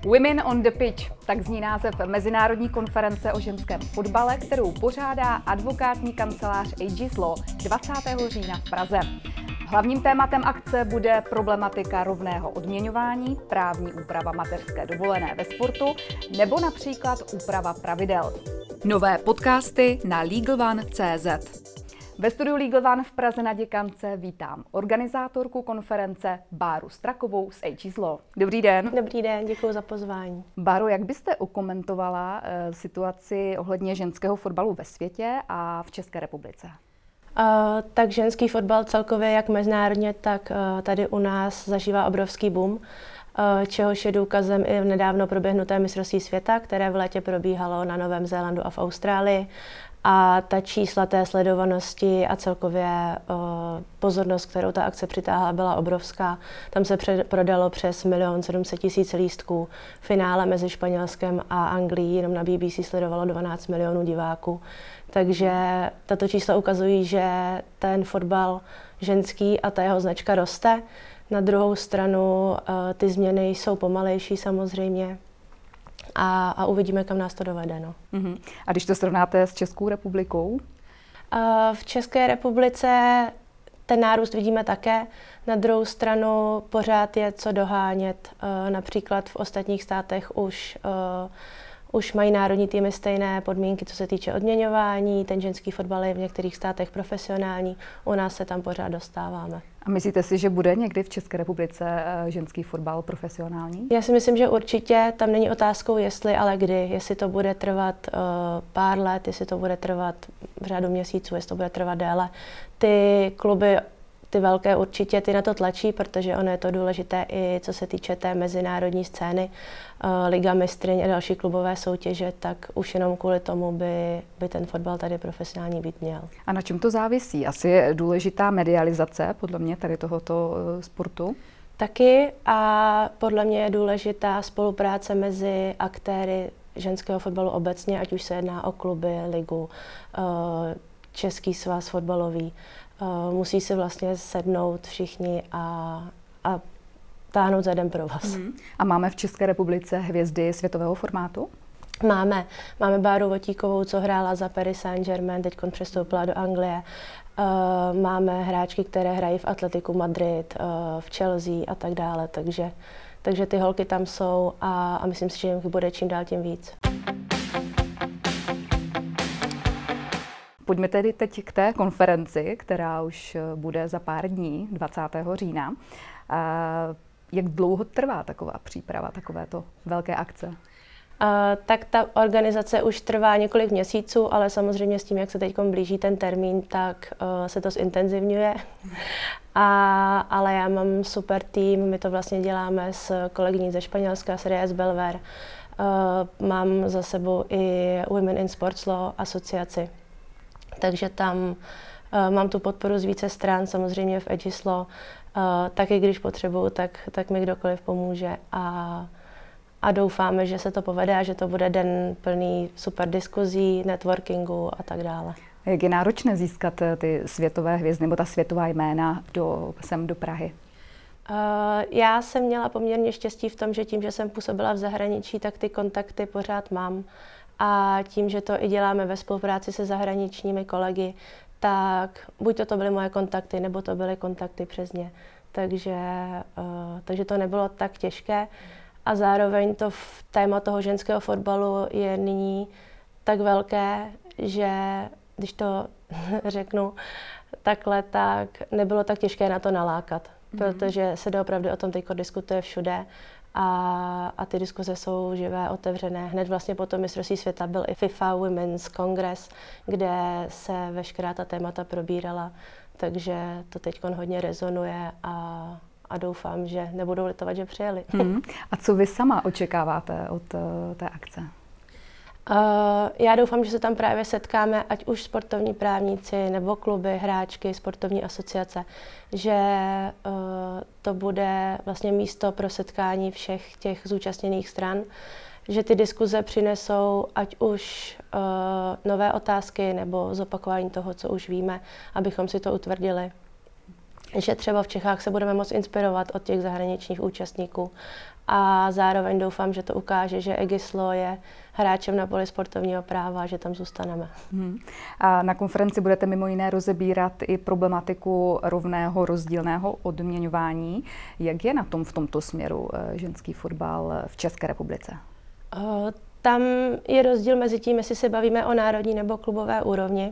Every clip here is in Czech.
Women on the pitch, tak zní název mezinárodní konference o ženském fotbale, kterou pořádá advokátní kancelář Aegis Law 20. října v Praze. Hlavním tématem akce bude problematika rovného odměňování, právní úprava mateřské dovolené ve sportu nebo například úprava pravidel. Nové podcasty na LegalOne.cz. Ve studiu LegalOne v Praze na Děkance vítám organizátorku konference Báru Strakovou z Aegis Law. Dobrý den. Dobrý den, děkuji za pozvání. Báro, jak byste okomentovala situaci ohledně ženského fotbalu ve světě a v České republice? Tak ženský fotbal celkově jak mezinárodně, tak tady u nás zažívá obrovský boom, čehož je důkazem i nedávno proběhnuté mistrovství světa, které v létě probíhalo na Novém Zélandu a v Austrálii. A ta čísla té sledovanosti a celkově pozornost, kterou ta akce přitáhla, byla obrovská. Tam se prodalo přes 1 700 000 lístků. Finále mezi Španělskem a Anglií jenom na BBC sledovalo 12 milionů diváků. Takže tato čísla ukazují, že ten fotbal ženský a ta jeho značka roste. Na druhou stranu ty změny jsou pomalejší samozřejmě. A uvidíme, kam nás to dovede. No. A když to srovnáte s Českou republikou? V České republice ten nárůst vidíme také. Na druhou stranu pořád je co dohánět. Například v ostatních státech už mají národní týmy stejné podmínky, co se týče odměňování. Ten ženský fotbal je v některých státech profesionální. U nás se tam pořád dostáváme. A myslíte si, že bude někdy v České republice ženský fotbal profesionální? Já si myslím, že určitě. Tam není otázkou jestli, ale kdy. Jestli to bude trvat pár let, jestli to bude trvat v řádu měsíců, jestli to bude trvat déle. Ty kluby, ty velké určitě, ty na to tlačí, protože ono je to důležité i co se týče té mezinárodní scény. Liga mistryň a další klubové soutěže, tak už jenom kvůli tomu by ten fotbal tady profesionální být měl. A na čem to závisí? Asi je důležitá medializace, podle mě, tady tohoto sportu? Taky a podle mě je důležitá spolupráce mezi aktéry ženského fotbalu obecně, ať už se jedná o kluby, ligu, Český svaz fotbalový. Musí si vlastně sednout všichni a táhnout za jeden provaz. A máme v České republice hvězdy světového formátu? Máme Báru Votíkovou, co hrála za Paris Saint-Germain, teď přestoupila do Anglie. Máme hráčky, které hrají v Atletiku Madrid, v Chelsea a tak dále. Takže ty holky tam jsou a myslím si, že jich bude čím dál tím víc. Pojďme tedy teď k té konferenci, která už bude za pár dní, 20. října. Jak dlouho trvá taková příprava, takovéto velké akce? Tak ta organizace už trvá několik měsíců, ale samozřejmě s tím, jak se teď blíží ten termín, tak se to zintenzivňuje. Ale já mám super tým, my to vlastně děláme s kolegyní ze Španělska, s Reyes Belver. Mám za sebou i Women in Sports Law asociaci. Takže tam mám tu podporu z více stran, samozřejmě v Aegis Law. Taky když potřebuju, tak mi kdokoliv pomůže a doufáme, že se to povede a že to bude den plný super diskuzí, networkingu a tak dále. Jak je náročné získat ty světové hvězdy nebo ta světová jména sem do Prahy? Já jsem měla poměrně štěstí v tom, že tím, že jsem působila v zahraničí, tak ty kontakty pořád mám. A tím, že to i děláme ve spolupráci se zahraničními kolegy, tak buď to byly moje kontakty, nebo to byly kontakty přes ně. Takže to nebylo tak těžké. A zároveň to téma toho ženského fotbalu je nyní tak velké, že když to řeknu takhle, tak nebylo tak těžké na to nalákat. Protože se doopravdy o tom teď diskutuje všude. A ty diskuze jsou živé, otevřené. Hned vlastně po tom mistrovství světa byl i FIFA Women's Congress, kde se veškerá ta témata probírala. Takže to teď hodně rezonuje a doufám, že nebudou litovat, že přijeli. A co vy sama očekáváte od té akce? Já doufám, že se tam právě setkáme, ať už sportovní právníci, nebo kluby, hráčky, sportovní asociace, že to bude vlastně místo pro setkání všech těch zúčastněných stran, že ty diskuze přinesou ať už nové otázky nebo zopakování toho, co už víme, abychom si to utvrdili. že třeba v Čechách se budeme moct inspirovat od těch zahraničních účastníků. A zároveň doufám, že to ukáže, že Egislo je hráčem na poli sportovního práva a že tam zůstaneme. A na konferenci budete mimo jiné rozebírat i problematiku rovného rozdílného odměňování. Jak je na tom v tomto směru ženský fotbal v České republice? Tam je rozdíl mezi tím, jestli se bavíme o národní nebo klubové úrovni.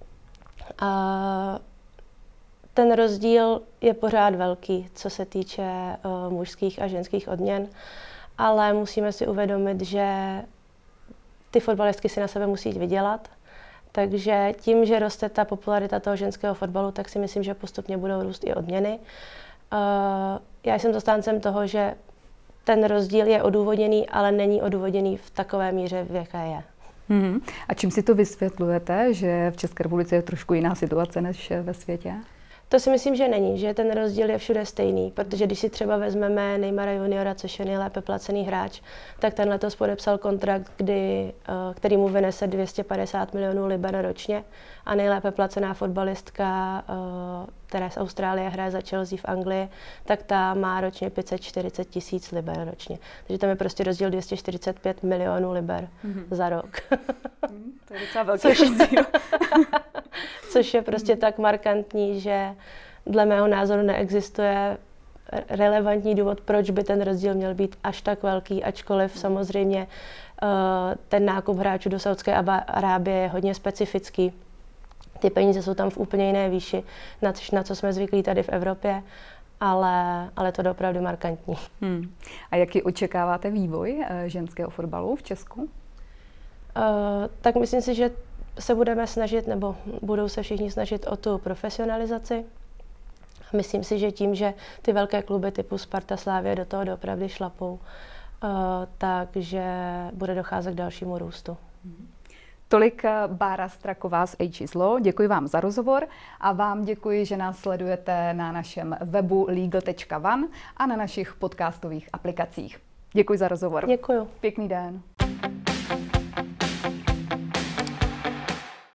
Ten rozdíl je pořád velký, co se týče mužských a ženských odměn, ale musíme si uvědomit, že ty fotbalistky si na sebe musí vydělat. Takže tím, že roste ta popularita toho ženského fotbalu, tak si myslím, že postupně budou růst i odměny. Já jsem zastáncem toho, že ten rozdíl je odůvodněný, ale není odůvodněný v takové míře, v jaké je. A čím si to vysvětlujete, že v České republice je trošku jiná situace než ve světě? To si myslím, že není, že ten rozdíl je všude stejný, protože když si třeba vezmeme Neymara juniora, což je nejlépe placený hráč, tak ten letos podepsal kontrakt, který mu vynese 250 milionů liber ročně a nejlépe placená fotbalistka, která z Austrálie hraje za Chelsea v Anglii, tak ta má ročně 540 tisíc liber ročně. Takže tam je prostě rozdíl 245 milionů liber za rok. To je docela velký rozdíl. Což je prostě tak markantní, že dle mého názoru neexistuje relevantní důvod, proč by ten rozdíl měl být až tak velký, ačkoliv samozřejmě ten nákup hráčů do Saúdské Arábie je hodně specifický. Ty peníze jsou tam v úplně jiné výši, na co jsme zvyklí tady v Evropě, ale to je opravdu markantní. A jaký očekáváte vývoj ženského fotbalu v Česku? Tak myslím si, že se budeme snažit, nebo budou se všichni snažit o tu profesionalizaci. Myslím si, že tím, že ty velké kluby typu Sparta, Slavie do toho doopravdy šlapou, takže bude docházet k dalšímu růstu. Tolik Bára Straková z Agislo. Děkuji vám za rozhovor a vám děkuji, že nás sledujete na našem webu legal.one a na našich podcastových aplikacích. Děkuji za rozhovor. Děkuji. Pěkný den.